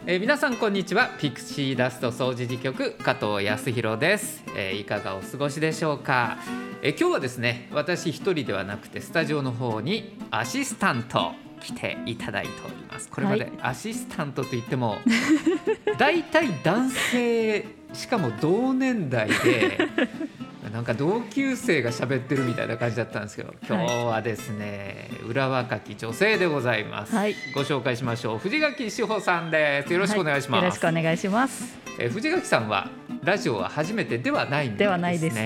皆さんこんにちは。ピクシーダスト掃除時局加藤康弘です。いかがお過ごしでしょうか。今日はですね、私一人ではなくてスタジオの方にアシスタント来ていただいております。これまでアシスタントといっても、だいたい男性、しかも同年代でなんか同級生が喋ってるみたいな感じだったんですけど、今日はですね、裏若き女性でございます、ご紹介しましょう。藤垣志保さんです。よろしくお願いします。 よろしくお願いします。 藤垣さんはラジオは初めてではないんですね。 ではないです。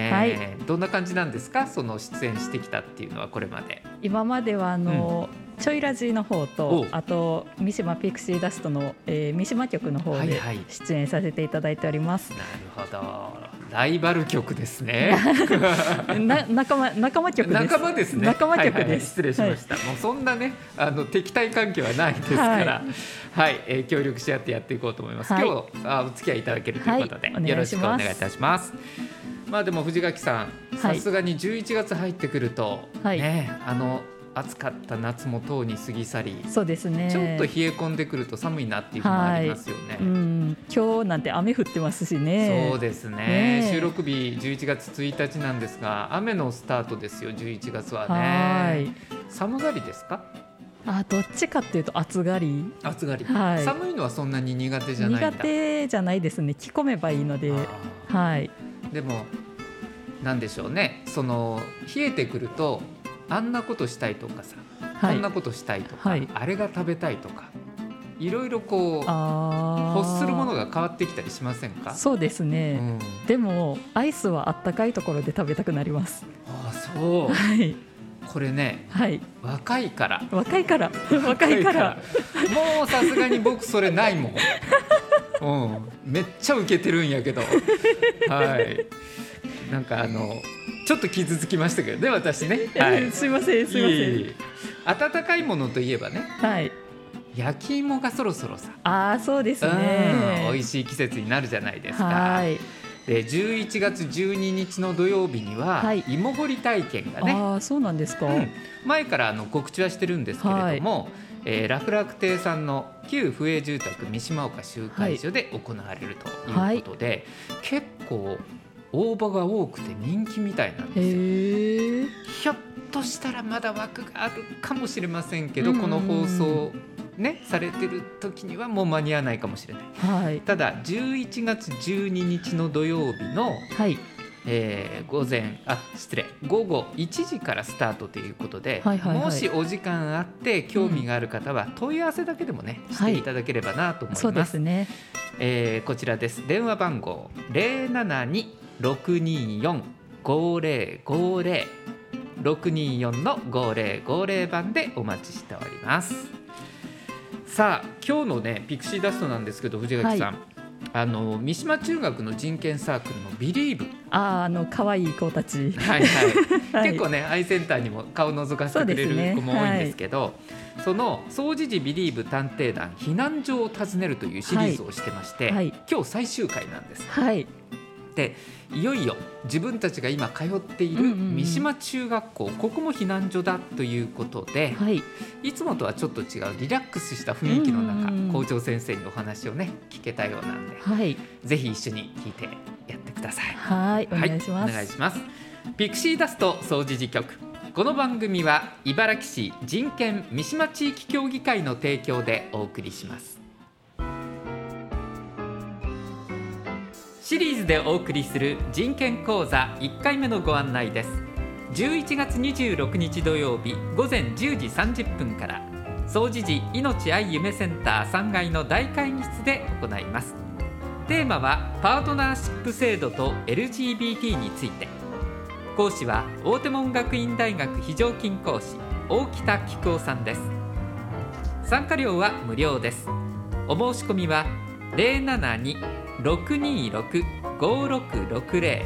どんな感じなんですか、その出演してきたっていうのは。これまで今まではちょいラジの方と、あと三島ピクシーダストの、三島局の方で出演させていただいております。 なるほど、ライバル局ですね。 仲間局です。 仲間ですね。 仲間局です。 失礼しました。もうそんなね、敵対関係はないですから、協力し合ってやっていこうと思います。今日お付き合いいただけるということで、よろしくお願いいたします。でも藤垣さん、さすがに11月入ってくると、暑かった夏もとうに過ぎ去り、 そうですね、 ちょっと冷え込んでくると寒いなっていうのもありますよね。 今日なんて雨降ってますしね。 そうですね、収録日11月1日なんですが、雨のスタートですよ、11月はね。寒がりですか？ どっちかっていうと暑がり。 寒いのはそんなに苦手じゃないんだ。 苦手じゃないですね。着込めばいいので。 でもなんでしょうね、その冷えてくるとあんなことしたいとかさ、こんなことしたいとか、あれが食べたいとか、いろいろこう欲するものが変わってきたりしませんか？ そうですね、でもアイスはあったかいところで食べたくなります。 そう、これね、若いからもうさすがに僕それないもん。めっちゃウケてるんやけどなんかちょっと傷つきましたけどね、私ね。 すいません。 温かいものといえばね、焼き芋がそろそろさ、 そうですね、 美味しい季節になるじゃないですか。で11月12日の土曜日には、芋掘り体験がね、 そうなんですか。 前から告知はしてるんですけれども、楽々亭さんの旧府営住宅三島岡集会所で行われるということで、結構応募が多くて人気みたいなんですよ。ひょっとしたらまだ枠があるかもしれませんけど、この放送ねされてる時にはもう間に合わないかもしれない。ただ11月12日の土曜日の、午後1時からスタートということで、もしお時間あって興味がある方は問い合わせだけでもね、していただければなと思います。 そうですね。 こちらです。電話番号 072-624-5050 624-5050番でお待ちしております。さあ今日のねピクシーダストなんですけど、藤垣さん、三島中学の人権サークルのビリーブ、 可愛い子たち、 結構ねアイセンターにも顔覗かせてくれる子も多いんですけど、その総持寺ビリーブ探偵団避難所を訪ねるというシリーズをしてまして、今日最終回なんです。でいよいよ自分たちが今通っている三島中学校、ここも避難所だということで、いつもとはちょっと違うリラックスした雰囲気の中、校長先生にお話をね聞けたようなんで、ぜひ一緒に聞いてやってください。 お願いします。 お願いします。ピクシーダスト掃除時局、この番組は茨城市人権三島地域協議会の提供でお送りします。シリーズでお送りする人権講座1回目のご案内です。11月26日土曜日午前10時30分から総持寺いのち愛夢センター3階の大会議室で行います。テーマはパートナーシップ制度と LGBT について。講師は大手門学院大学非常勤講師大北喜久夫さんです。参加料は無料です。お申し込みは 072-626-5660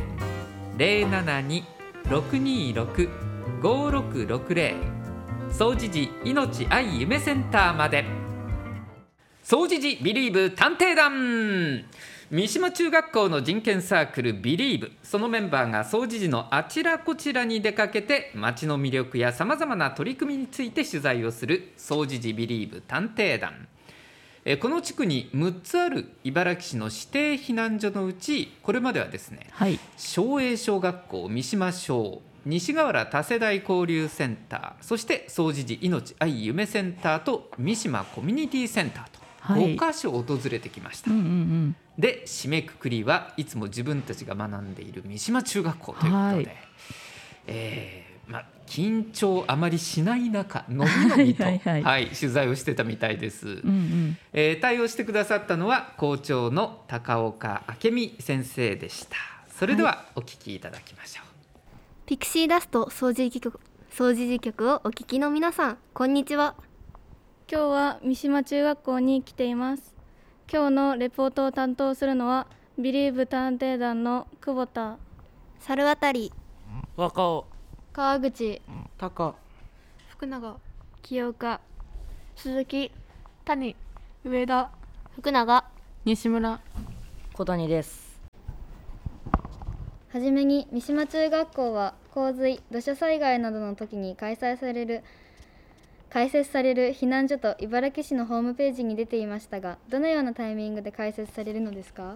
072-626-5660 総持寺いのち愛夢センターまで。総持寺ビリーブ探偵団、三島中学校の人権サークルビリーブ、そのメンバーが総持寺のあちらこちらに出かけて町の魅力やさまざまな取り組みについて取材をする総持寺ビリーブ探偵団。 この地区に6つある茨城市の指定避難所のうち、これまではですね、松栄小学校、三島小、西河原多世代交流センター、そして総持寺命愛夢センターと三島コミュニティセンターと5カ所訪れてきました。で、締めくくりはいつも自分たちが学んでいる三島中学校ということで、緊張あまりしない中、のびのびと取材をしてたみたいです。対応してくださったのは校長の高岡明美先生でした。それではお聞きいただきましょう。 ピクシーダスト総持寺局をお聞きの皆さん、こんにちは。 今日は三島中学校に来ています。今日のレポートを担当するのはビリーブ探偵団の久保田、 猿渡、 若尾、 川口、 高、 福永、清岡、鈴木、谷、上田、 福永、 西村、 小谷です。 はじめに三島中学校は洪水・土砂災害などの時に開設される避難所と茨城市のホームページに出ていましたが、どのようなタイミングで開設されるのですか？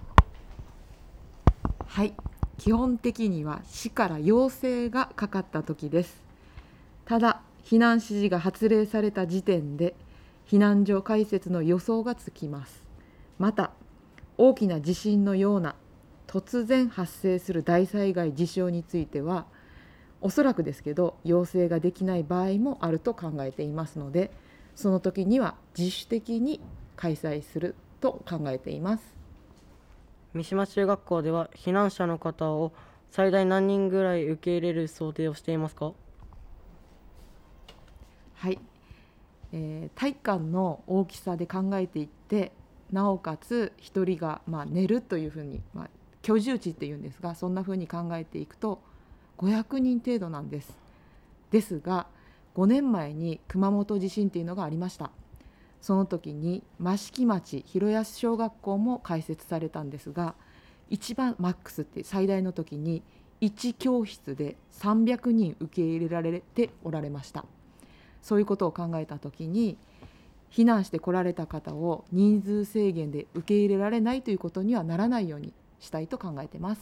はい、基本的には市から要請がかかった時です。ただ、避難指示が発令された時点で避難所開設の予想がつきます。また、大きな地震のような突然発生する大災害事象については、おそらくですけど要請ができない場合もあると考えていますので、その時には自主的に開催すると考えています。 三島中学校では避難者の方を最大何人ぐらい受け入れる想定をしていますか？ はい、体育館の大きさで考えていって、なおかつ1人が寝るというふうに、居住地っていうんですが、そんなふうに考えていくと500人程度なんです。ですが、5年前に熊本地震っていうのがありました。その時に益城町広安小学校も開設されたんですが、一番マックスって最大の時に1教室で300人受け入れられておられました。そういうことを考えた時に、避難して来られた方を人数制限で受け入れられないということにはならないようにしたいと考えています。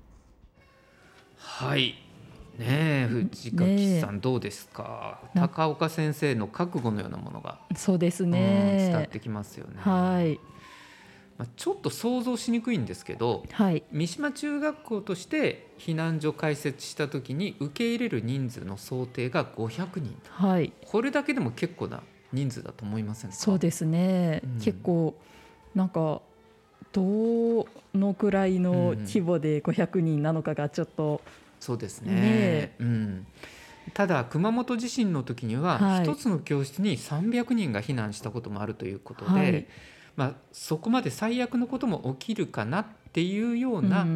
はいね、藤垣さんどうですか？高岡先生の覚悟のようなものがそうですね、 伝わってきますよね。ちょっと想像しにくいんですけど、三島中学校として避難所開設した時に受け入れる人数の想定が500人、これだけでも結構な人数だと思いませんか？ そうですね、結構なんかどのくらいの規模で500人なのかがちょっと、 そうですね、ただ熊本地震の時には一つの教室に300人が避難したこともあるということで、そこまで最悪のことも起きるかなっていうような、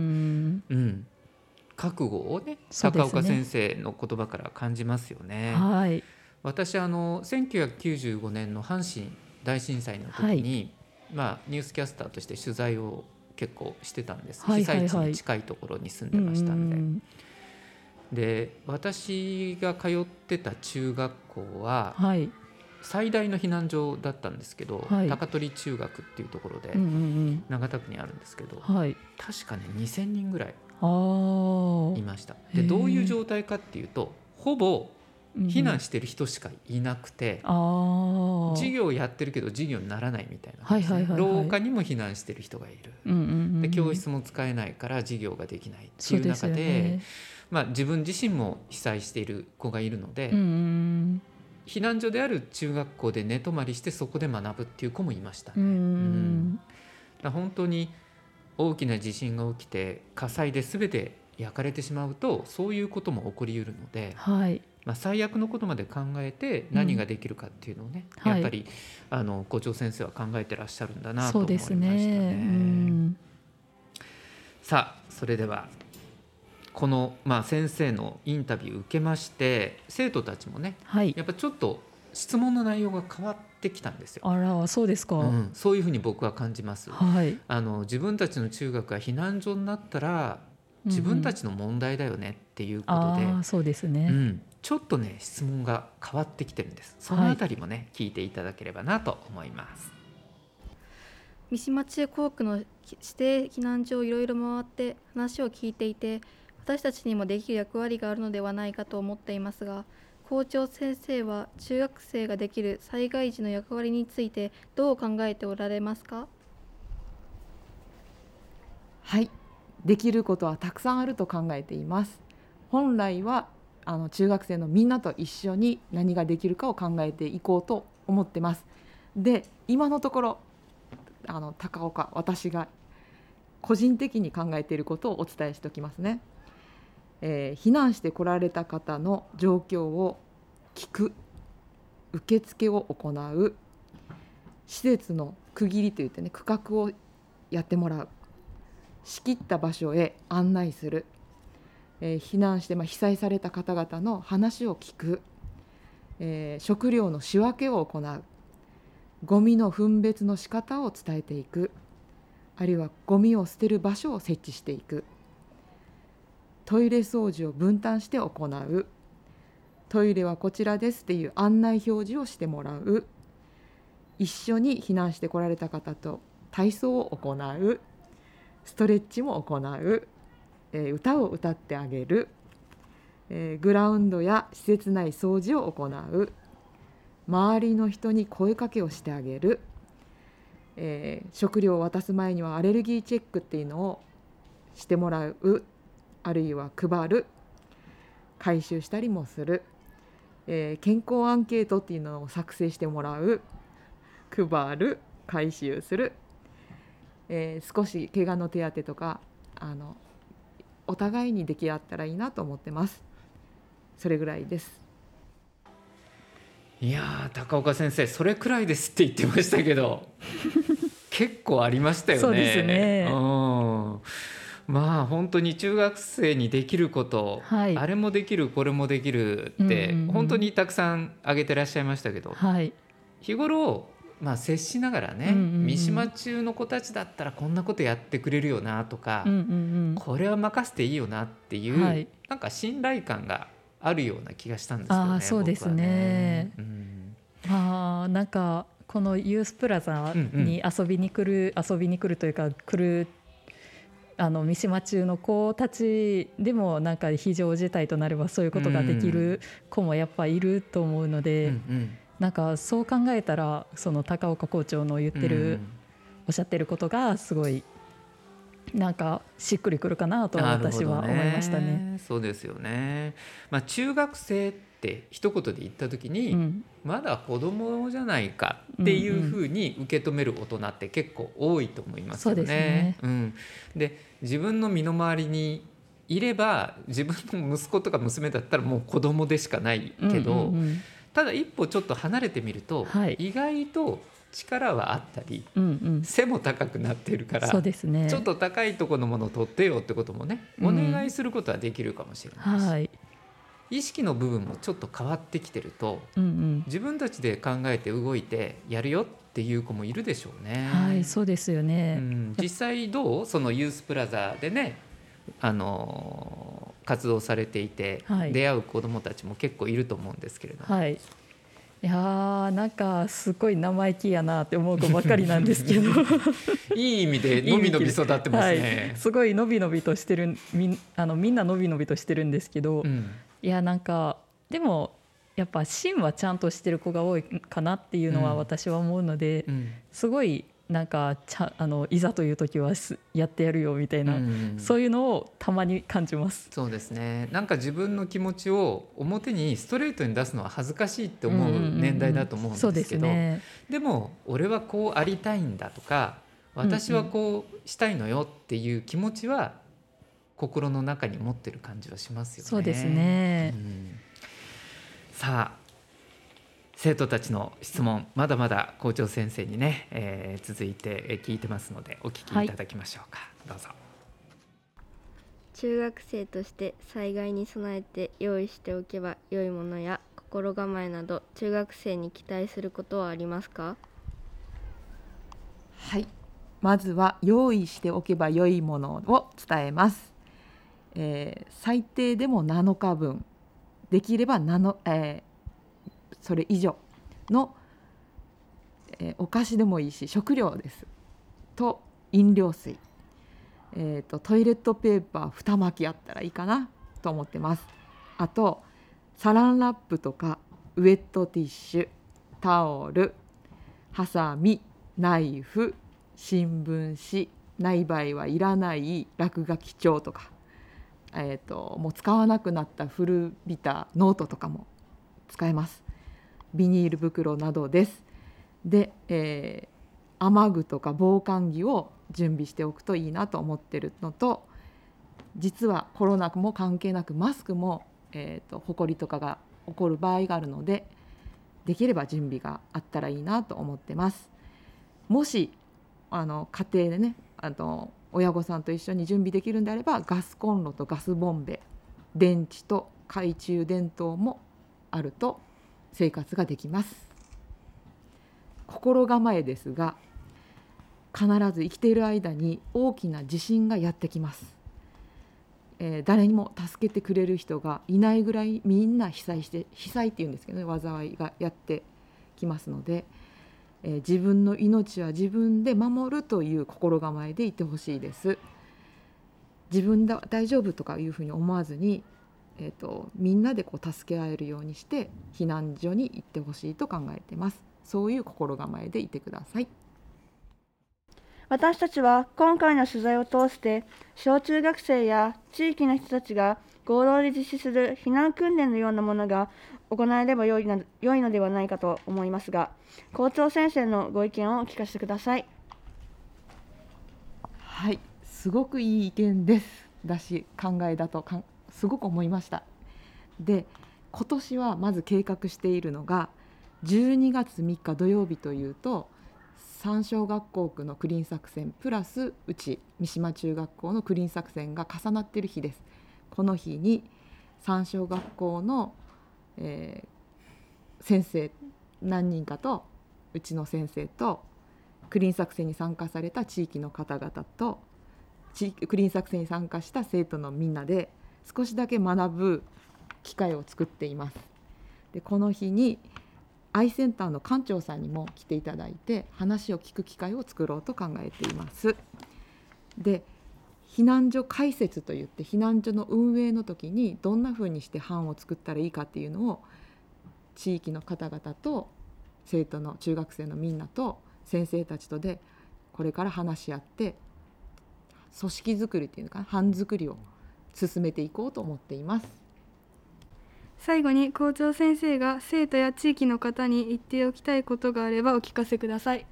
覚悟をね、高岡先生の言葉から感じますよね。私1995年の阪神大震災の時に、ニュースキャスターとして取材を結構してたんです。被災地に近いところに住んでましたんで、私が通ってた中学校は、最大の避難所だったんですけど、高取中学っていうところで、長田区にあるんですけど、確かね2000人ぐらいいました。で、どういう状態かっていうと、ほぼ避難してる人しかいなくて、授業やってるけど授業にならないみたいな、廊下にも避難してる人がいる、で教室も使えないから授業ができないっていう中で、自分自身も被災している子がいるので、避難所である中学校で寝泊まりしてそこで学ぶっていう子もいましたね。本当に大きな地震が起きて火災で全て焼かれてしまうと、そういうことも起こりうるので、最悪のことまで考えて何ができるかっていうのをね、やっぱり校長先生は考えてらっしゃるんだなと思いましたね。さあ、それではこの、先生のインタビューを受けまして、生徒たちもね、やっぱちょっと質問の内容が変わってきたんですよ。 あら、そうですか。 そういうふうに僕は感じます。自分たちの中学が避難所になったら自分たちの問題だよねっていうことで、 そうですね、 ちょっとね質問が変わってきてるんです。そのあたりもね、聞いていただければなと思います。 三島中高区の指定避難所をいろいろ回って話を聞いていて、私たちにもできる役割があるのではないかと思っていますが、校長先生は中学生ができる災害時の役割についてどう考えておられますか？ はい、できることはたくさんあると考えています。本来は中学生のみんなと一緒に何ができるかを考えていこうと思ってます。で、今のところ高岡、私が個人的に考えていることをお伝えしておきますね。避難して来られた方の状況を聞く、受付を行う、施設の区切りといってね、区画をやってもらう、仕切った場所へ案内する、避難して被災された方々の話を聞く、食料の仕分けを行う、ゴミの分別の仕方を伝えていく、あるいはゴミを捨てる場所を設置していく、トイレ掃除を分担して行う、トイレはこちらですっていう案内表示をしてもらう、一緒に避難して来られた方と体操を行う、ストレッチも行う、歌を歌ってあげる、グラウンドや施設内掃除を行う、周りの人に声かけをしてあげる、食料を渡す前にはアレルギーチェックっていうのをしてもらう、あるいは配る、回収したりもする、健康アンケートっていうのを作成してもらう、配る、回収する、少し怪我の手当てとかお互いにでき合ったらいいなと思ってます。それぐらいです。 いや高岡先生、それくらいですって言ってましたけど結構ありましたよね。 そうですね。 まあ本当に中学生にできること、 はい、 あれもできるこれもできるって、本当にたくさん挙げてらっしゃいましたけど、 はい、 日頃接しながらね、三島中の子たちだったらこんなことやってくれるよなとか、これは任せていいよなっていう、はい、なんか信頼感があるような気がしたんですけどね。 そうですね。なんかこのユースプラザに遊びに来るというか来る三島中の子たちでもなんか非常事態となればそういうことができる子もやっぱいると思うので、なんかそう考えたらその高岡校長の言ってる、おっしゃってることがすごいなんかしっくりくるかなと私は思いましたね。 そうですよね。中学生って一言で言った時に、まだ子供じゃないかっていうふうに受け止める大人って結構多いと思いますよね。そうですね。で自分の身の回りにいれば自分の息子とか娘だったらもう子供でしかないけど、ただ一歩ちょっと離れてみると、意外と力はあったり、背も高くなっているから、そうですね、ちょっと高いところのものを取ってよってこともね、お願いすることはできるかもしれないし、意識の部分もちょっと変わってきてると、自分たちで考えて動いてやるよっていう子もいるでしょうね。 はい、そうですよね。 実際どう？そのユースプラザでね、活動されていて、出会う子どもたちも結構いると思うんですけれども、いやなんかすごい生意気やなって思う子ばかりなんですけどいい意味でのびのび育ってますね。 すごいのびのびとしてる、みんなのびのびとしてるんですけど、いやなんかでもやっぱ芯はちゃんとしてる子が多いかなっていうのは私は思うので、すごいなんかいざという時はやってやるよみたいな、そういうのをたまに感じます。 そうですね。なんか自分の気持ちを表にストレートに出すのは恥ずかしいって思う年代だと思うんですけど、でも俺はこうありたいんだとか、私はこうしたいのよっていう気持ちは心の中に持ってる感じはしますよね。 そうですね。 さあ生徒たちの質問まだまだ校長先生にね、続いて聞いてますのでお聞きいただきましょうか。どうぞ。 中学生として災害に備えて用意しておけば良いものや心構えなど中学生に期待することはありますか？ はい、まずは用意しておけば良いものを伝えます。最低でも7日分、できればそれ以上の、お菓子でもいいし食料です。 と飲料水、トイレットペーパー2巻きあったらいいかなと思ってます。あとサランラップとかウェットティッシュ、タオル、ハサミ、ナイフ、新聞紙、ない場合はいらない落書き帳とか、もう使わなくなった古びたノートとかも使えます。ビニール袋などです。で、雨具とか防寒着を準備しておくといいなと思ってるのと、実はコロナも関係なくマスクも、ほこりとかが起こる場合があるので、できれば準備があったらいいなと思ってます。もし家庭でね、親御さんと一緒に準備できるんであれば、ガスコンロとガスボンベ、電池と懐中電灯もあると生活ができます。心構えですが、必ず生きている間に大きな地震がやってきます。誰にも助けてくれる人がいないぐらいみんな被災っていうんですけどね、災いがやってきますので、自分の命は自分で守るという心構えでいてほしいです。自分だ大丈夫とかいうふうに思わずに、みんなで助け合えるようにして避難所に行ってほしいと考えています。そういう心構えでいてください。 私たちは今回の取材を通して小中学生や地域の人たちが合同で実施する避難訓練のようなものが行えれば良いのではないかと思いますが、校長先生のご意見を聞かせてください。 はい、すごくいい意見ですだし、考えだとすごく思いました。で、今年はまず計画しているのが12月3日土曜日というと、三小学校区のクリーン作戦プラスうち三島中学校のクリーン作戦が重なっている日です。この日に三小学校の、先生何人かと、うちの先生とクリーン作戦に参加された地域の方々とクリーン作戦に参加した生徒のみんなで少しだけ学ぶ機会を作っています。で、この日にアイセンターの館長さんにも来ていただいて話を聞く機会を作ろうと考えています。で、避難所開設といって避難所の運営の時にどんなふうにして班を作ったらいいかっていうのを地域の方々と生徒の中学生のみんなと先生たちとでこれから話し合って組織づくりっていうのかな、班作りを進めていこうと思っています。 最後に校長先生が生徒や地域の方に言っておきたいことがあればお聞かせください。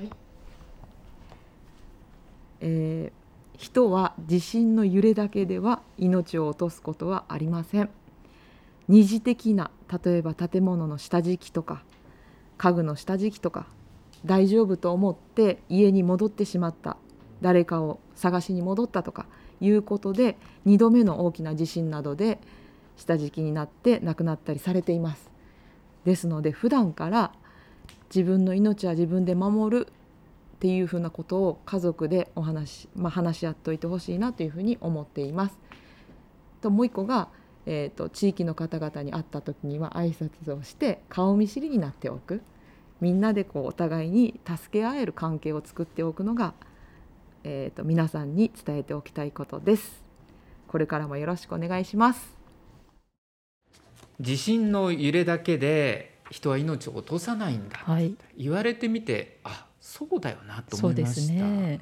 はい、人は地震の揺れだけでは命を落とすことはありません。二次的な、例えば建物の下敷きとか家具の下敷きとか、大丈夫と思って家に戻ってしまった、誰かを探しに戻ったとかいうことで2度目の大きな地震などで下敷きになって亡くなったりされています。ですので普段から自分の命は自分で守るっていうふうなことを家族で話し合っておいてほしいなというふうに思っています。ともう一個が、地域の方々に会った時には挨拶をして顔見知りになっておく、みんなでお互いに助け合える関係を作っておくのが、皆さんに伝えておきたいことです。これからもよろしくお願いします。 地震の揺れだけで人は命を落とさないんだ、 はい、 言われてみて、あ、そうだよなと思いました。 そうですね。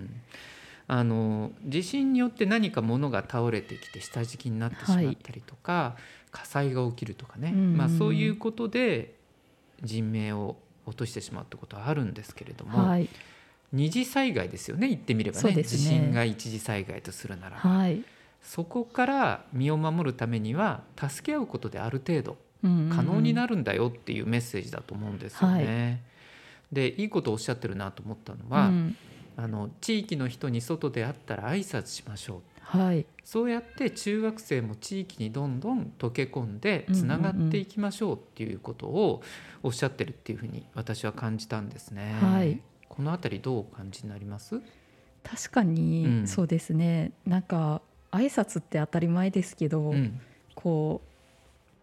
地震によって何か物が倒れてきて下敷きになってしまったりとか、火災が起きるとかね、そういうことで人命を落としてしまうってことはあるんですけれども、二次災害ですよね、言ってみれば ね、地震が一次災害とするならば、そこから身を守るためには助け合うことである程度可能になるんだよっていうメッセージだと思うんですよね。で、いいことをおっしゃってるなと思ったのは、地域の人に外で会ったら挨拶しましょう、そうやって中学生も地域にどんどん溶け込んでつながっていきましょうっていうことをおっしゃってるっていうふうに私は感じたんですね。このあたりどうお感じになります？ 確かにそうですね、なんか挨拶って当たり前ですけど、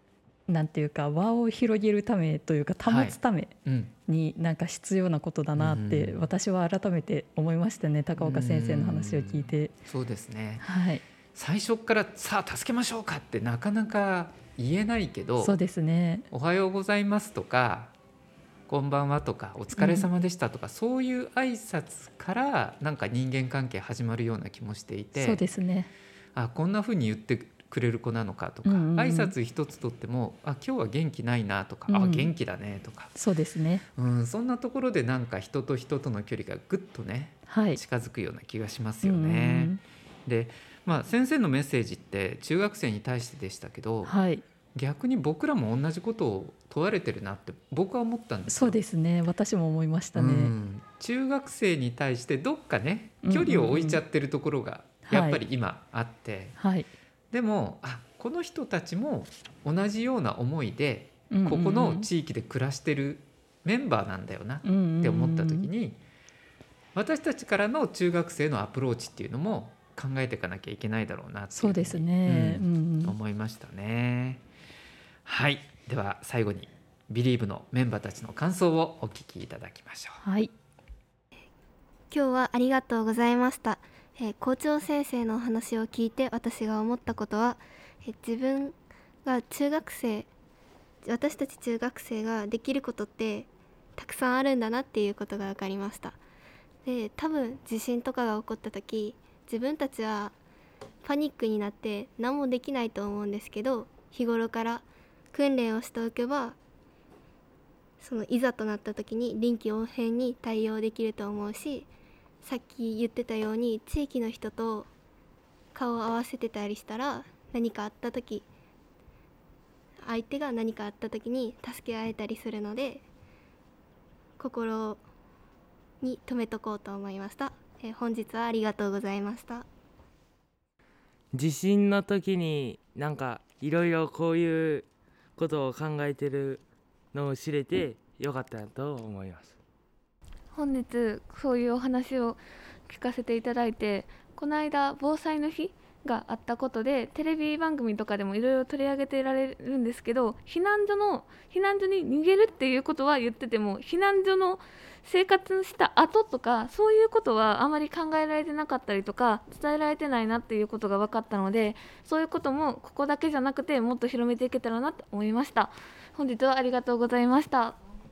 なんていうか輪を広げるためというか保つためになんか必要なことだなって私は改めて思いましたね、高岡先生の話を聞いて。 そうですね、 はい、 最初からさあ助けましょうかってなかなか言えないけど、 そうですね、 おはようございますとかこんばんはとかお疲れ様でしたとか、そういう挨拶からなんか人間関係始まるような気もしていて、 そうですね、 あこんな風に言ってくれる子なのかとか、挨拶一つとっても今日は元気ないなとか、元気だねとか、 そうですね、 そんなところでなんか人と人との距離がぐっとね、近づくような気がしますよね。で、先生のメッセージって中学生に対してでしたけど、逆に僕らも同じことを問われてるなって僕は思ったんですよ。 そうですね、私も思いましたね。 中学生に対してどっかね距離を置いちゃってるところがやっぱり今あって、でもこの人たちも同じような思いでここの地域で暮らしてるメンバーなんだよなって思った時に、私たちからの中学生のアプローチっていうのも考えていかなきゃいけないだろうなっていう、 そうですね、 思いましたね。はい、では最後にビリーブのメンバーたちの感想をお聞きいただきましょう。 今日はありがとうございました。校長先生のお話を聞いて私が思ったことは、自分が私たち中学生ができることってたくさんあるんだなっていうことが分かりました。で、多分地震とかが起こった時、自分たちはパニックになって何もできないと思うんですけど、日頃から訓練をしておけばそのいざとなった時に臨機応変に対応できると思うし、さっき言ってたように地域の人と顔を合わせてたりしたら、何かあった時、相手が何かあった時に助け合えたりするので、心に留めとこうと思いました。本日はありがとうございました。 地震の時になんかいろいろこういうことを考えてるのを知れてよかったなと思います。 本日そういうお話を聞かせていただいて、この間防災の日があったことでテレビ番組とかでもいろいろ取り上げていられるんですけど、避難所に逃げるっていうことは言ってても、避難所の生活した後とかそういうことはあまり考えられてなかったりとか伝えられてないなっていうことが分かったので、そういうこともここだけじゃなくてもっと広めていけたらなと思いました。本日はありがとうございました。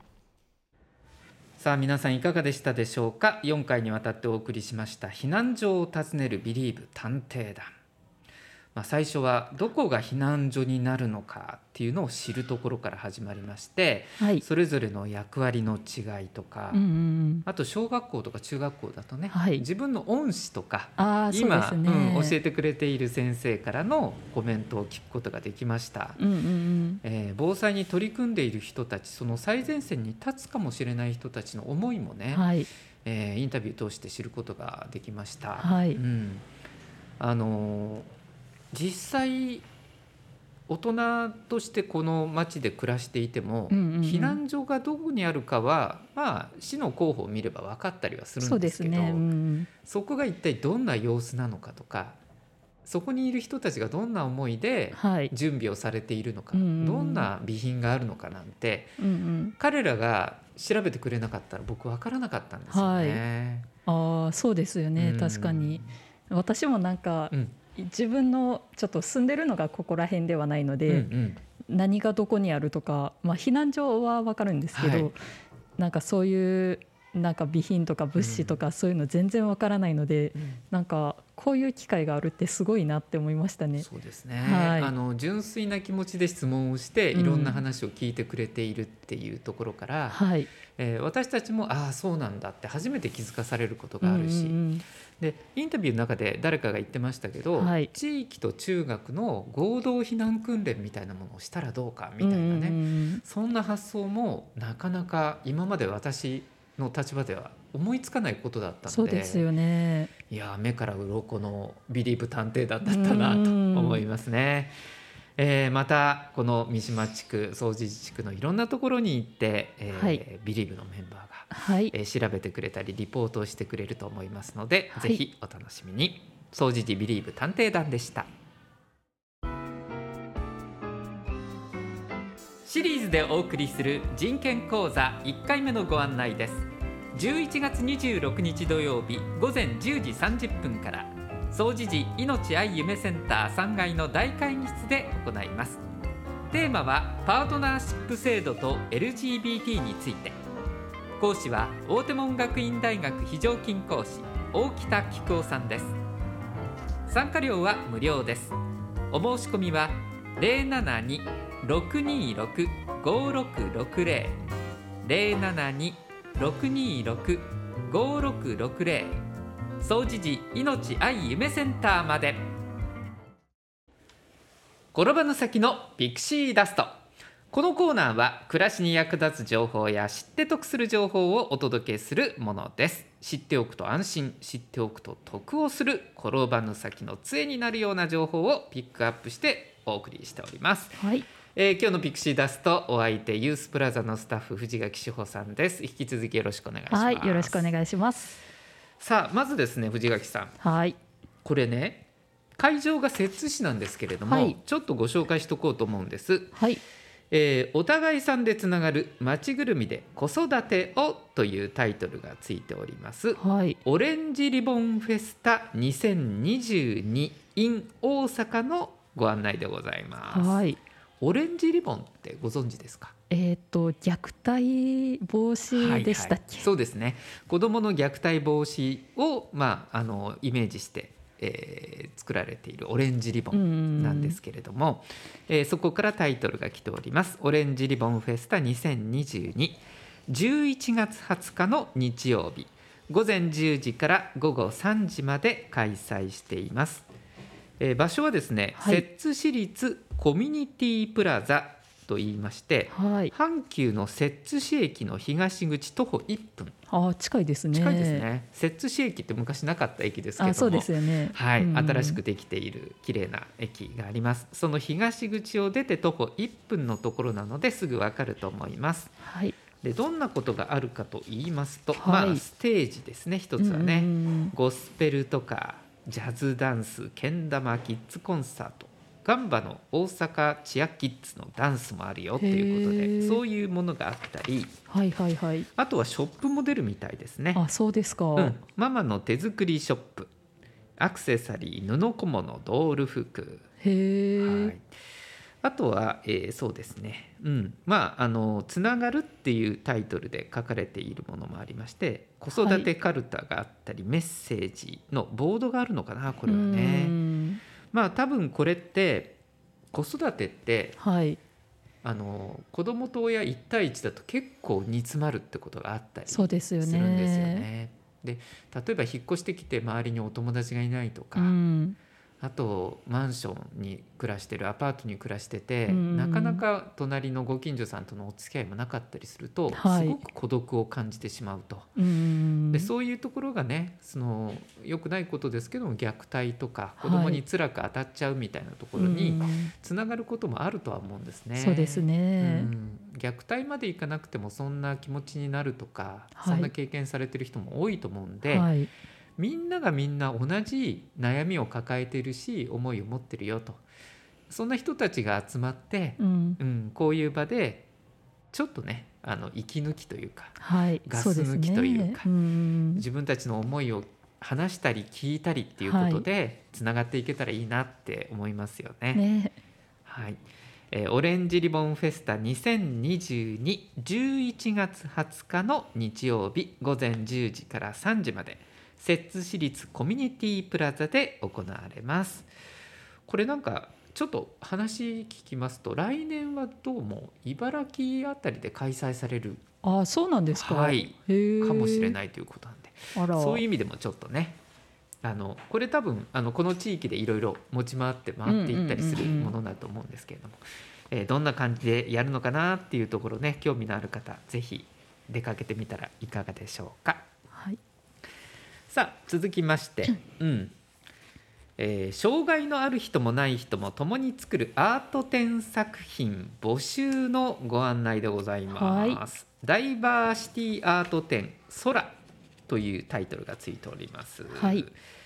さあ皆さんいかがでしたでしょうか。4回にわたってお送りしました避難所を訪ねるビリーブ探偵団。最初はどこが避難所になるのかっていうのを知るところから始まりまして、それぞれの役割の違いとか、あと小学校とか中学校だとね、自分の恩師とか今、教えてくれている先生からのコメントを聞くことができました。防災に取り組んでいる人たち、その最前線に立つかもしれない人たちの思いもね、インタビューを通して知ることができました。実際大人としてこの町で暮らしていても、避難所がどこにあるかは市の広報を見れば分かったりはするんですけど、そこが一体どんな様子なのかとか、そこにいる人たちがどんな思いで準備をされているのか、どんな備品があるのかなんて、彼らが調べてくれなかったら僕分からなかったんですよね。 そうですよね、確かに。私もなんか、自分のちょっと住んでるのがここら辺ではないので、何がどこにあるとか、避難所は分かるんですけど、なんかそういうなんか備品とか物資とかそういうの全然分からないので、なんかこういう機会があるってすごいなって思いましたね。 そうですね、純粋な気持ちで質問をしていろんな話を聞いてくれているっていうところから、私たちもそうなんだって初めて気づかされることがあるし、でインタビューの中で誰かが言ってましたけど、地域と中学の合同避難訓練みたいなものをしたらどうかみたいなね、そんな発想もなかなか今まで私の立場では思いつかないことだったので、 そうですよね。 いや目から鱗のビリーブ探偵団だったなと思いますね。またこの三島地区総除寺地区のいろんなところに行って、ビリーブのメンバーが、調べてくれたりリポートをしてくれると思いますので、ぜひお楽しみに。総除寺ビリーブ探偵団でした。 シリーズでお送りする人権講座1回目のご案内です。11月26日土曜日午前10時30分から総持寺いのち愛夢センター3階の大会議室で行います。テーマはパートナーシップ制度と LGBT について。講師は大手門学院大学非常勤講師大北喜久夫さんです。参加料は無料です。お申し込みは 072-626-5660 072-626-5660 総持寺いのち愛夢センターまで。転ばぬ先のピクシーダスト。このコーナーは暮らしに役立つ情報や知って得する情報をお届けするものです。知っておくと安心、知っておくと得をする、転ばぬ先の杖になるような情報をピックアップしてお送りしております。 はい。 今日のピクシーダスト、お相手ユースプラザのスタッフ藤垣志保さんです。引き続きよろしくお願いします。 はい、よろしくお願いします。 さあ、まずですね、藤垣さん、 はい、 これね、会場が摂津市なんですけれども、はい、ちょっとご紹介しておこうと思うんです。 はい。 お互いさんでつながる町ぐるみで子育てをというタイトルがついております、 はい、 オレンジリボンフェスタ2022 in 大阪のご案内でございます。はい、オレンジリボンってご存知ですか？ 虐待防止でしたっけ？ そうですね。子どもの虐待防止を、イメージして作られているオレンジリボンなんですけれども、そこからタイトルが来ております。オレンジリボンフェスタ2022 11月20日の日曜日午前10時から午後3時まで開催しています。場所はですね、摂津市立コミュニティプラザと言いまして、はい、阪急の摂津市駅の東口徒歩1分。 近いですね。 近いですね。摂津市駅って昔なかった駅ですけども、 そうですよね。 はい、新しくできている綺麗な駅があります。その東口を出て徒歩1分のところなのですぐわかると思います。 はい。 でどんなことがあるかと言いますと、ステージですね。一つはね、ゴスペルとかジャズダンス、けん玉、キッズコンサート、ガンバの大阪チアキッズのダンスもあるよということで、そういうものがあったり、あとはショップも出るみたいですね。 そうですか。 ママの手作りショップ、アクセサリー、布小物、ドール服、あとは、そうですね、つながるっていうタイトルで書かれているものもありまして、子育てカルタがあったり、メッセージのボードがあるのかな、これはね。多分これって子育てって、子供と親1対1だと結構煮詰まるってことがあったりするんですよね。で、例えば引っ越してきて周りにお友達がいないとか、あとマンションに暮らしてる、アパートに暮らしてて、なかなか隣のご近所さんとのお付き合いもなかったりすると、すごく孤独を感じてしまうと。でそういうところがね、良くないことですけども、虐待とか子供に辛く当たっちゃうみたいなところにつながることもあるとは思うんですね。 そうですね。 虐待までいかなくてもそんな気持ちになるとか、そんな経験されてる人も多いと思うんで、みんながみんな同じ悩みを抱えているし、思いを持ってるよと。そんな人たちが集まって、こういう場でちょっとね、息抜きというか、ガス抜きというか、自分たちの思いを話したり聞いたりっていうことでつながっていけたらいいなって思いますよね。はい。オレンジリボンフェスタ2022 11月20日の日曜日午前10時から3時まで摂津市立コミュニティプラザで行われます。これなんかちょっと話聞きますと、来年はどうも茨城あたりで開催される、 そうなんですか。 かもしれないということなんで、そういう意味でもちょっとね、これ多分この地域でいろいろ持ち回っていったりするものだと思うんですけれども、どんな感じでやるのかなっていうところね、興味のある方ぜひ出かけてみたらいかがでしょうか。さあ続きまして、障害のある人もない人も共に作るアート展作品募集のご案内でございます。ダイバーシティアート展空というタイトルがついております。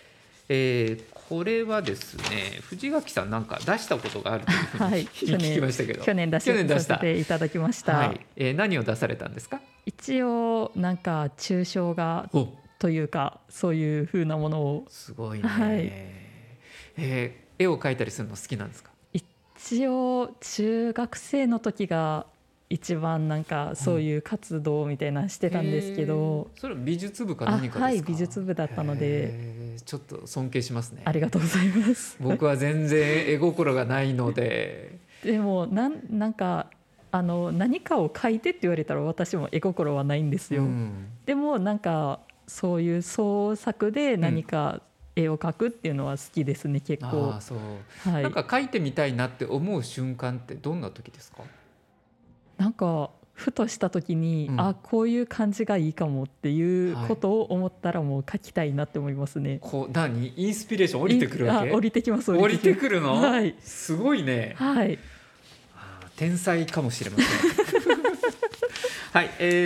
これはですね、藤垣さんなんか出したことがあるというふうに、 はい、 聞きましたけど、 去年出させていただきました。 はい。何を出されたんですか？ 一応なんか抽象画というかそういう風なものを。 すごいね。 はい。 絵を描いたりするの好きなんですか？ 一応中学生の時が一番なんかそういう活動みたいなのしてたんですけど、 それは美術部か何かですか？ はい、美術部だったので。 ちょっと尊敬しますね。 ありがとうございます。 僕は全然絵心がないのででもなんか何かを描いてって言われたら私も絵心はないんですよ、でもなんかそういう創作で何か絵を描くっていうのは好きですね、結構。 そう、 はい、 なんか描いてみたいなって思う瞬間ってどんな時ですか？ なんかふとした時に、こういう感じがいいかもっていうことを思ったらもう描きたいなって思いますね。 インスピレーション降りてくるわけ？ 降りてきます。 降りてくるの？ はい、 すごいね。 はい、 天才かもしれません。はい、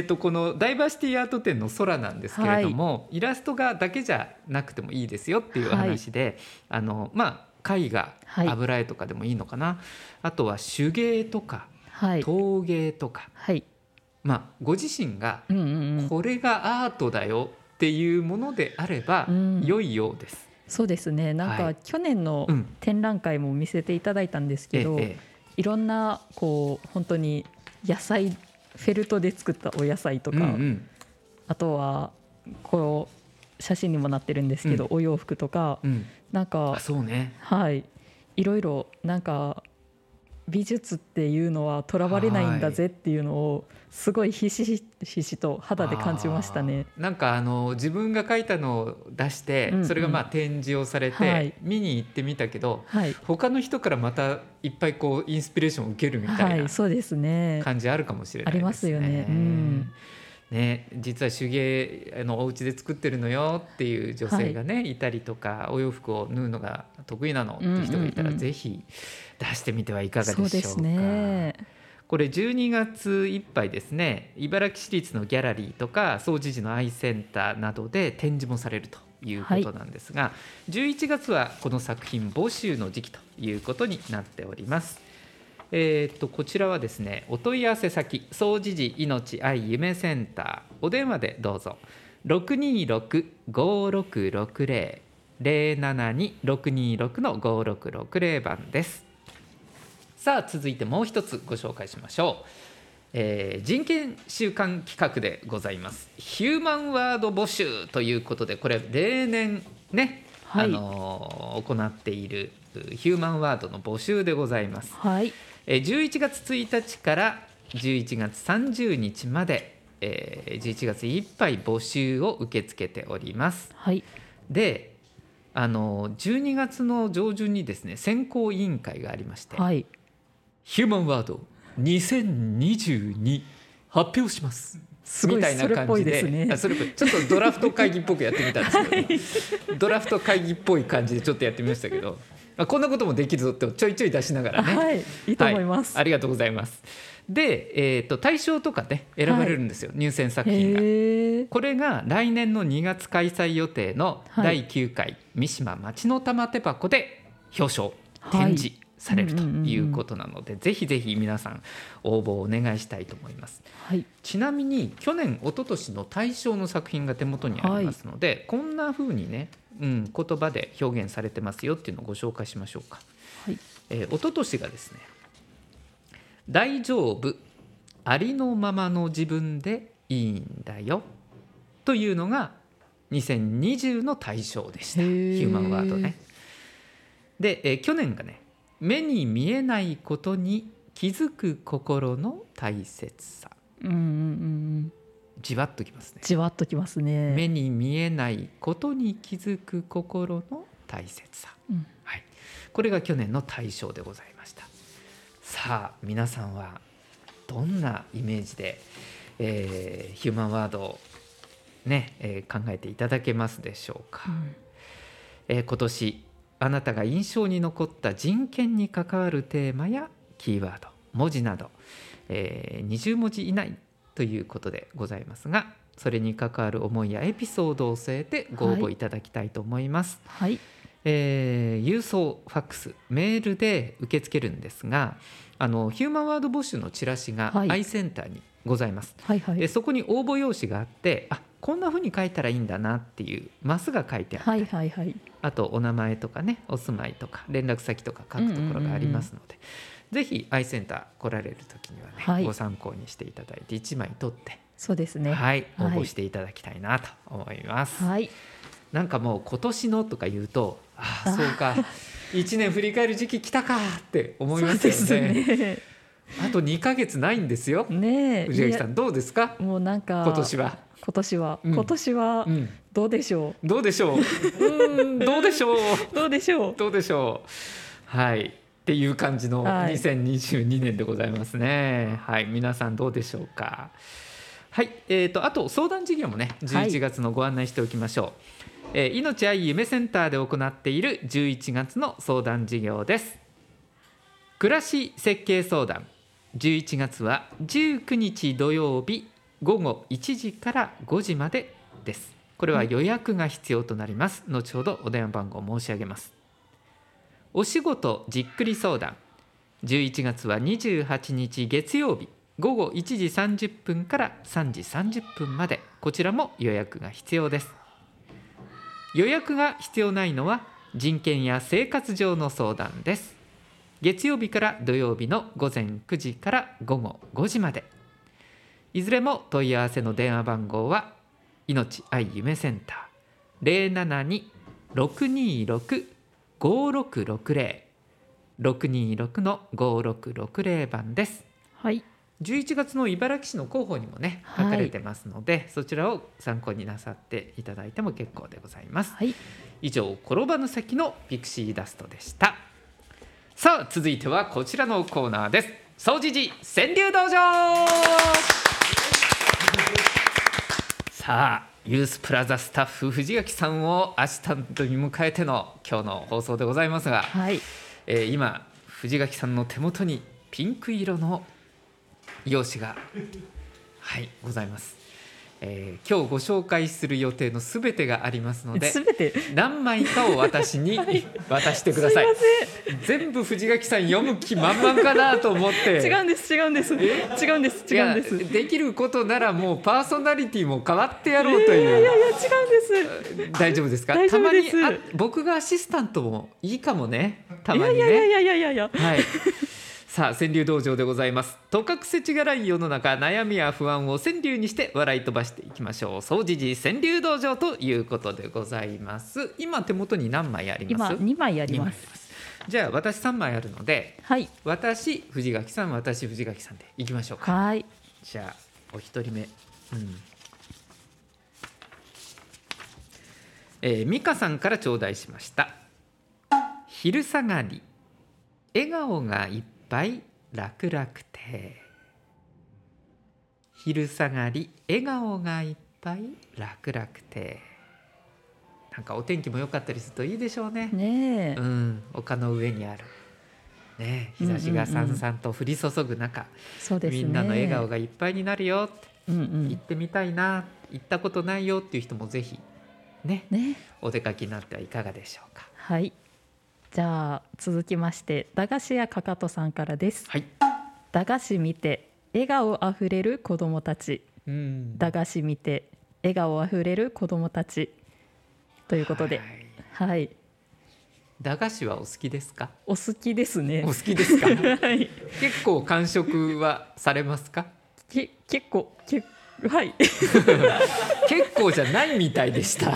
このダイバーシティアート展の空なんですけれども、イラストがだけじゃなくてもいいですよっていう話で、絵画、油絵とかでもいいのかな、あとは手芸とか、陶芸とか、ご自身がこれがアートだよっていうものであれば良いようです。 そうですね。なんか去年の展覧会も見せていただいたんですけど、いろんなこう本当に野菜、フェルトで作ったお野菜とか、あとはこう写真にもなってるんですけど、お洋服とか、なんかそうね、 はい、いろいろなんか美術っていうのはとらわれないんだぜっていうのをすごいひしひしと肌で感じましたね。 なんか自分が描いたのを出して、それが展示をされて、見に行ってみたけど、他の人からまたいっぱいこうインスピレーションを受けるみたいな感じあるかもしれないですね。 ありますよね。 ね、実は手芸お家で作ってるのよっていう女性がね、いたりとか、お洋服を縫うのが得意なのっていう人がいたら、ぜひ出してみてはいかがでしょうか。 そうですね。 これ12月いっぱいですね、茨城市立のギャラリーとか総持寺のアイセンターなどで展示もされるということなんですが、11月はこの作品募集の時期ということになっております。こちらはですね、お問い合わせ先総持寺いのち愛夢センター、お電話でどうぞ。 626-5660 072-626-5660 番です。さあ続いてもう一つご紹介しましょう。人権週間企画でございます。ヒューマンワード募集ということで、これ例年ね、行っているヒューマンワードの募集でございます。11月1日から11月30日まで、11月いっぱい募集を受け付けております。で、12月の上旬にですね、選考委員会がありまして、ヒューマンワード2022発表しますみたいな感じで、それっぽい、ちょっとドラフト会議っぽくやってみたんですけど、ドラフト会議っぽい感じでちょっとやってみましたけど、こんなこともできるぞってちょいちょい出しながらね、 いいと思います。 ありがとうございます。で、対象とかね選ばれるんですよ、入選作品が。これが来年の2月開催予定の第9回三島町の玉手箱で表彰展示されるということなので、ぜひぜひ皆さん応募をお願いしたいと思います。ちなみに去年一昨年の大賞の作品が手元にありますので、こんな風にね、言葉で表現されてますよっていうのをご紹介しましょうか。一昨年がですね、大丈夫、ありのままの自分でいいんだよというのが2020の大賞でした。ヒューマンワードね。で、去年がね、目に見えないことに気づく心の大切さ。じわっときますね。 じわっときますね。 目に見えないことに気づく心の大切さ、これが去年の大賞でございました。さあ皆さんはどんなイメージで、ヒューマンワードをね、考えていただけますでしょうか。今年あなたが印象に残った人権に関わるテーマやキーワード、文字など、20文字以内ということでございますが、 それに関わる思いやエピソードを添えてご応募いただきたいと思います。 はい、 郵送、ファックス、メールで受け付けるんですが、ヒューマンワード募集のチラシがはいアイセンターにございます。 はいはいでそこに応募用紙があって、こんな風に書いたらいいんだなっていうマスが書いてあって、 はいはいはい。 あとお名前とかね、お住まいとか連絡先とか書くところがありますので、ぜひアイセンター来られる時にはね、 はいご参考にしていただいて1枚取ってそうですね。 はい、応募していただきたいなと思います。 はい。 なんかもう今年のとか言うと、そうか1年振り返る時期来たかって思いますよね。 そうですね。 あと2ヶ月ないんですよ。 ねえ、 藤垣さんどうですか？ もうなんか今年は今年はどうでしょう。 どうでしょう。どうでしょう。 どうでしょう。 どうでしょう。はい。っていう感じの2022年でございますね。はい、皆さんどうでしょうか。はい、あと相談事業もね、11月のご案内しておきましょう。命愛夢センターで行っている11月の相談事業です。暮らし設計相談、11月は19日土曜日午後1時から5時までです。これは予約が必要となります。後ほどお電話番号申し上げます。お仕事じっくり相談、11月は28日月曜日午後1時30分から3時30分まで、こちらも予約が必要です。予約が必要ないのは人権や生活上の相談です。月曜日から土曜日の午前9時から午後5時まで。いずれも問い合わせの電話番号は命愛夢センター 072-626-5660 626-5660 番です。 はい。 11月の茨城市の広報にもね書かれてますので、そちらを参考になさっていただいても結構でございます。 はい。 以上、転ばぬ先のピクシーダストでした。さあ続いてはこちらのコーナーです。総持寺川柳道場。さあユースプラザスタッフ藤垣さんをアシスタントに迎えての今日の放送でございますが、 はい。 今藤垣さんの手元にピンク色の用紙がはいございます。今日ご紹介する予定のすべてがありますので、何枚かを私に渡してください。全部藤垣さん読む気満々かなと思って。 違うんですできることならもうパーソナリティも変わってやろうという。 いや違うんです。 大丈夫ですか？ 大丈夫です。 たまに僕がアシスタントもいいかもね。たまにね。 いやはい。さあ川柳道場でございます。とかくせちがらい世の中、悩みや不安を川柳にして笑い飛ばしていきましょう。総持寺川柳道場ということでございます。今手元に何枚あります？ 今2枚あります。 じゃあ私3枚あるので、 はい、 私藤垣さん、私藤垣さんでいきましょうか。 はい。 じゃあお一人目、美香さんから頂戴しました。昼下がり笑顔がいっぱい楽々亭。昼下がり笑顔がいっぱい楽々亭。なんかお天気も良かったりするといいでしょうね。 ねえ、 丘の上にある、ね、日差しがさんさんと降り注ぐ中、 そうですね、 みんなの笑顔がいっぱいになるよって、行ってみたいな、行ったことないよっていう人もぜひ ねお出かけになってはいかがでしょうか。 はい。じゃあ続きまして駄菓子屋かかとさんからです。 はい。 駄菓子見て笑顔あふれる子どもたち。駄菓子見て笑顔あふれる子どもたちということで、はい。 駄菓子はお好きですか？ お好きですね。 お好きですか？ はい。 結構完食はされますか？ 結構はい結構じゃないみたいでした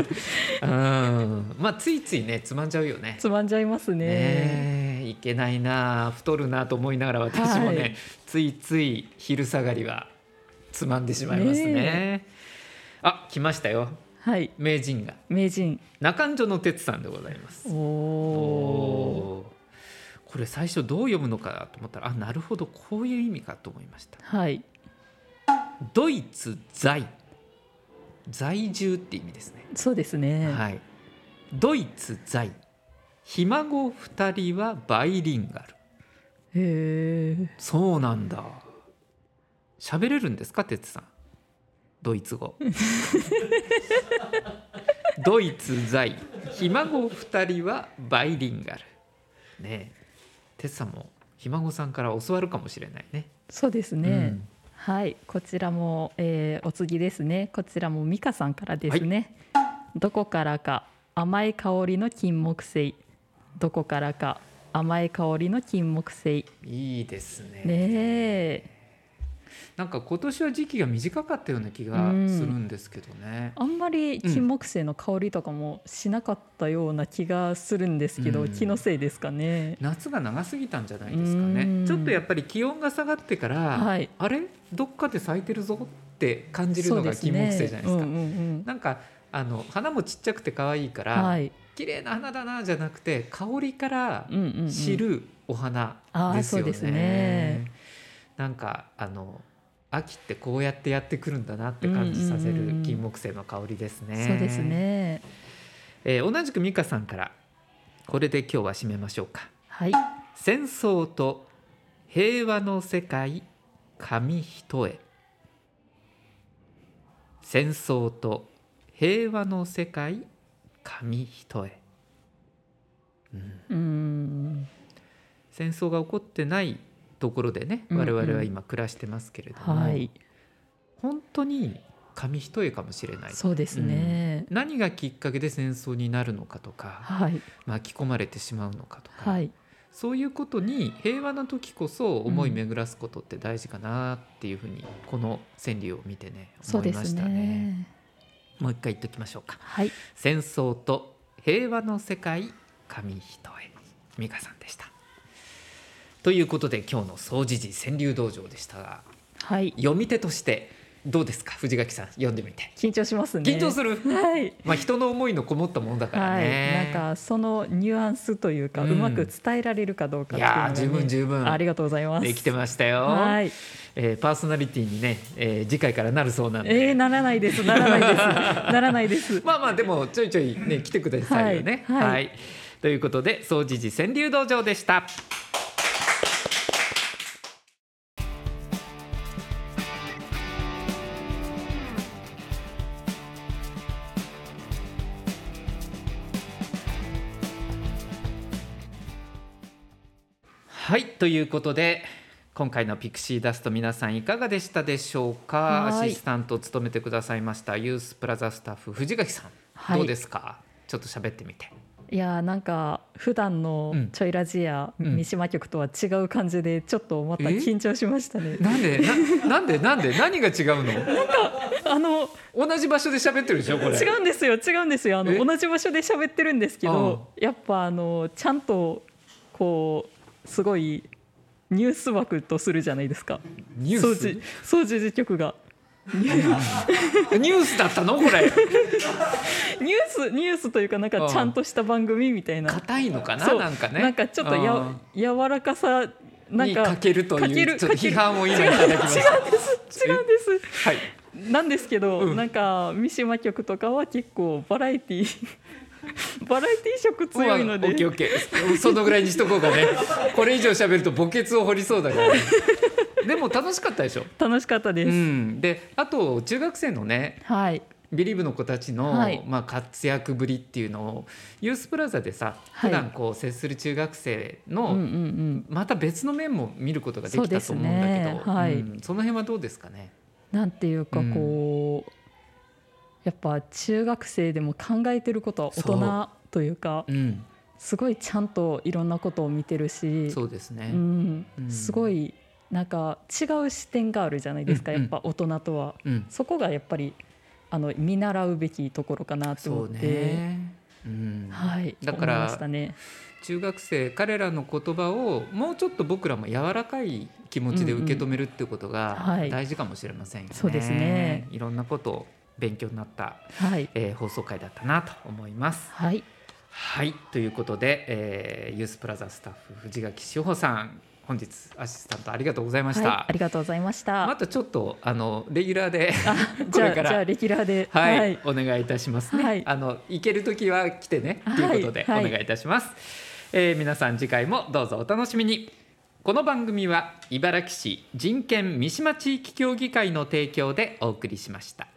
まあついついねつまんじゃうよね。 つまんじゃいますね。 いけないな、太るなと思いながら私もね、ついつい昼下がりはつまんでしまいますね。あ、来ましたよ。 はい。 名人中条の哲さんでございます。これ最初どう読むのかと思ったら、なるほどこういう意味かと思いました。 はい。 ドイツ在住って意味ですね。 そうですね。 はい。ドイツ在、ひ孫2人はバイリンガル。 へえ。 そうなんだ。喋れるんですか、哲さん？ ドイツ語ドイツ在ひ孫2人はバイリンガルね。テツさんもひ孫さんから教わるかもしれないね。 そうですね、はい、こちらも、お次ですね。こちらもミカさんからですね、どこからか甘い香りの金木犀、どこからか甘い香りの金木犀。 いいですね。 ねえ、 なんか今年は時期が短かったような気がするんですけどね、 あんまり金木犀の香りとかもしなかったような気がするんですけど、気のせいですかね。 夏が長すぎたんじゃないですかね。ちょっとやっぱり気温が下がってから、あれどっかで咲いてるぞって感じるのが金木犀じゃないですか。なんか花もちっちゃくて可愛いから、綺麗な花だなじゃなくて香りから知るお花ですよね。そうですね。なんか秋ってこうやってやってくるんだなって感じさせる金木犀の香りですね。 そうですね。 同じく美香さんからこれで今日は締めましょうか。 はい。 戦争と平和の世界紙一重。戦争と平和の世界紙一重。戦争が起こってないところでね、我々は今暮らしてますけれども、本当に紙一重かもしれない。 そうですね、 何がきっかけで戦争になるのかとか、巻き込まれてしまうのかとか、そういうことに平和な時こそ思い巡らすことって大事かなっていうふうに、この川柳を見てね思いましたね。もう一回言っておきましょうか。戦争と平和の世界紙一重。美香さんでした。ということで今日の総持寺川柳道場でしたが、読み手としてどうですか、藤垣さん、読んでみて。 緊張しますね。 緊張する、人の思いのこもったものだからね、 なんかそのニュアンスというか、うまく伝えられるかどうかっていうのが、 十分十分ありがとうございます。 できてましたよ。パーソナリティにね、次回からなるそうなんで。 ならないですならないですならないです。 でもちょいちょいね来てくださいよね。ということで総持寺川柳道場でした。はい、ということで今回のピクシーダスト、皆さんいかがでしたでしょうか。アシスタントを務めてくださいましたユースプラザスタッフ藤垣さん、どうですか。ちょっと喋ってみて。 いやなんか普段のちょいラジや三島局とは違う感じで、ちょっとまた緊張しましたね。 なんで何が違うの。なんか同じ場所で喋ってるでしょこれ。 違うんですよ同じ場所で喋ってるんですけど、やっぱちゃんとこうすごいニュース枠とするじゃないですか。 ニュース総持寺局がニュースだったのこれ。 ニュースというか、なんかちゃんとした番組みたいな。 硬いのかな。なんかね、 なんかちょっと柔らかさなんかに欠けるというちょっと批判を今いただきました。 違うんですなんですけど、なんか三島局とかは結構バラエティ色強いので、 オッケーそのぐらいにしとこうかね。これ以上喋ると墓穴を掘りそうだから、ね、でも楽しかったでしょ。 楽しかったです、 であと中学生のね、ビリーブの子たちの、活躍ぶりっていうのをユースプラザでさ、普段こう接する中学生の、また別の面も見ることができたと思うんだけど、その辺はどうですかね。 なんていうかこう、やっぱ中学生でも考えてることは大人というか、すごいちゃんといろんなことを見てるし、 そうですね、 すごいなんか違う視点があるじゃないですか、やっぱ大人とは、そこがやっぱり見習うべきところかなと思って、 だから中学生彼らの言葉をもうちょっと僕らも柔らかい気持ちで受け止めるっていうことが大事かもしれませんよね。 そうですね。 いろんなことを勉強になった、放送回だったなと思います。ということで、ユースプラザスタッフ藤垣志保さん、本日アシスタントありがとうございました。 ありがとうございました。 またちょっとレギュラーでこれからじゃあレギュラーで、 お願いいたしますね。行けるときは来てねということでお願いいたします。皆さん次回もどうぞお楽しみに。この番組は茨城市人権三島地域協議会の提供でお送りしました。